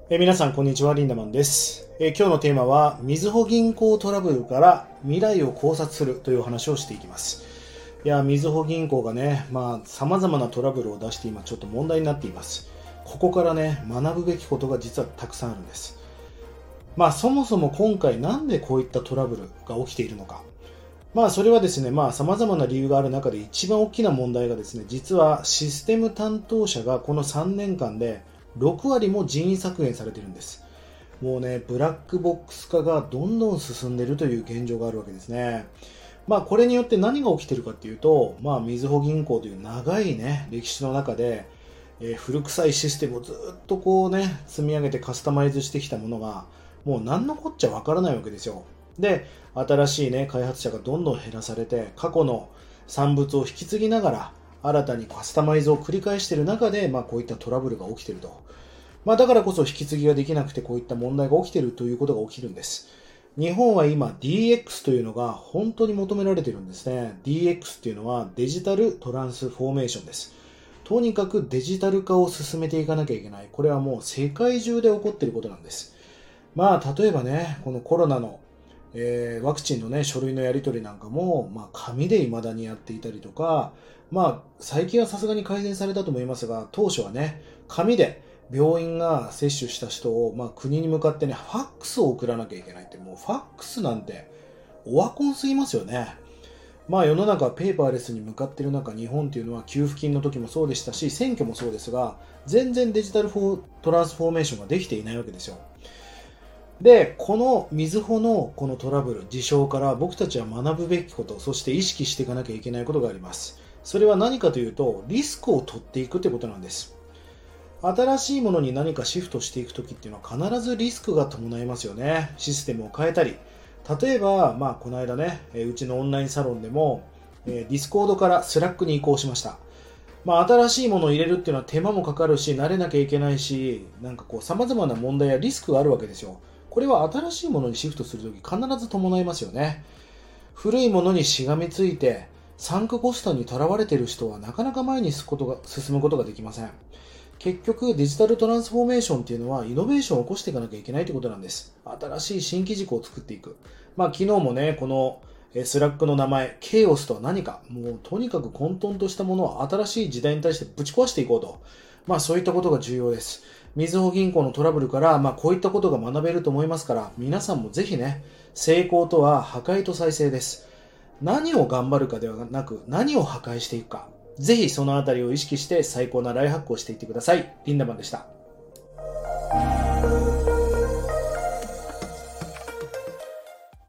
皆さんこんにちは、リンダマンです。今日のテーマはみずほ銀行トラブルから未来を考察するという話をしていきます。みずほ銀行がね、様々なトラブルを出して今ちょっと問題になっています。ここからね、学ぶべきことが実はたくさんあるんです。そもそも今回なんでこういったトラブルが起きているのか。それはですね、様々な理由がある中で一番大きな問題がですね、実はシステム担当者がこの3年間で6割も人員削減されているんです。もうね、ブラックボックス化がどんどん進んでいるという現状があるわけですね。これによって何が起きているかというと、みずほ銀行という長いね、歴史の中で、古臭いシステムをずっとこうね、積み上げてカスタマイズしてきたものが、もう何のこっちゃわからないわけですよ。で、新しいね、開発者がどんどん減らされて、過去の産物を引き継ぎながら、新たにカスタマイズを繰り返している中で、こういったトラブルが起きていると。だからこそ引き継ぎができなくてこういった問題が起きているということが起きるんです。日本は今 DX というのが本当に求められているんですね。DX っていうのはデジタルトランスフォーメーションです。とにかくデジタル化を進めていかなきゃいけない。これはもう世界中で起こっていることなんです。例えばね、このコロナのワクチンのね、書類のやり取りなんかも、紙で未だにやっていたりとか、最近はさすがに改善されたと思いますが、当初はね、紙で病院が接種した人を、国に向かってね、ファックスを送らなきゃいけないって、もうファックスなんて、オワコンすぎますよね。世の中はペーパーレスに向かっている中、日本っていうのは給付金の時もそうでしたし、選挙もそうですが、全然デジタルトランスフォーメーションができていないわけですよ。で、このみずほのこのトラブル、事象から僕たちは学ぶべきこと、そして意識していかなきゃいけないことがあります。それは何かというと、リスクを取っていくということなんです。新しいものに何かシフトしていくときっていうのは必ずリスクが伴いますよね。システムを変えたり。例えば、この間ね、うちのオンラインサロンでも、ディスコードからスラックに移行しました。新しいものを入れるっていうのは手間もかかるし、慣れなきゃいけないし、様々な問題やリスクがあるわけですよ。これは新しいものにシフトするとき必ず伴いますよね。古いものにしがみついて、サンクコストにとらわれている人はなかなか前に進むことができません。結局デジタルトランスフォーメーションっていうのはイノベーションを起こしていかなきゃいけないということなんです。新しい新機軸を作っていく。昨日もね、このスラックの名前、ケイオスとは何か、もうとにかく混沌としたものを新しい時代に対してぶち壊していこうと。そういったことが重要です。みずほ銀行のトラブルから、こういったことが学べると思いますから、皆さんもぜひね、成功とは破壊と再生です。何を頑張るかではなく、何を破壊していくか。ぜひそのあたりを意識して最高なライフハックをしていってください。リンダマンでした。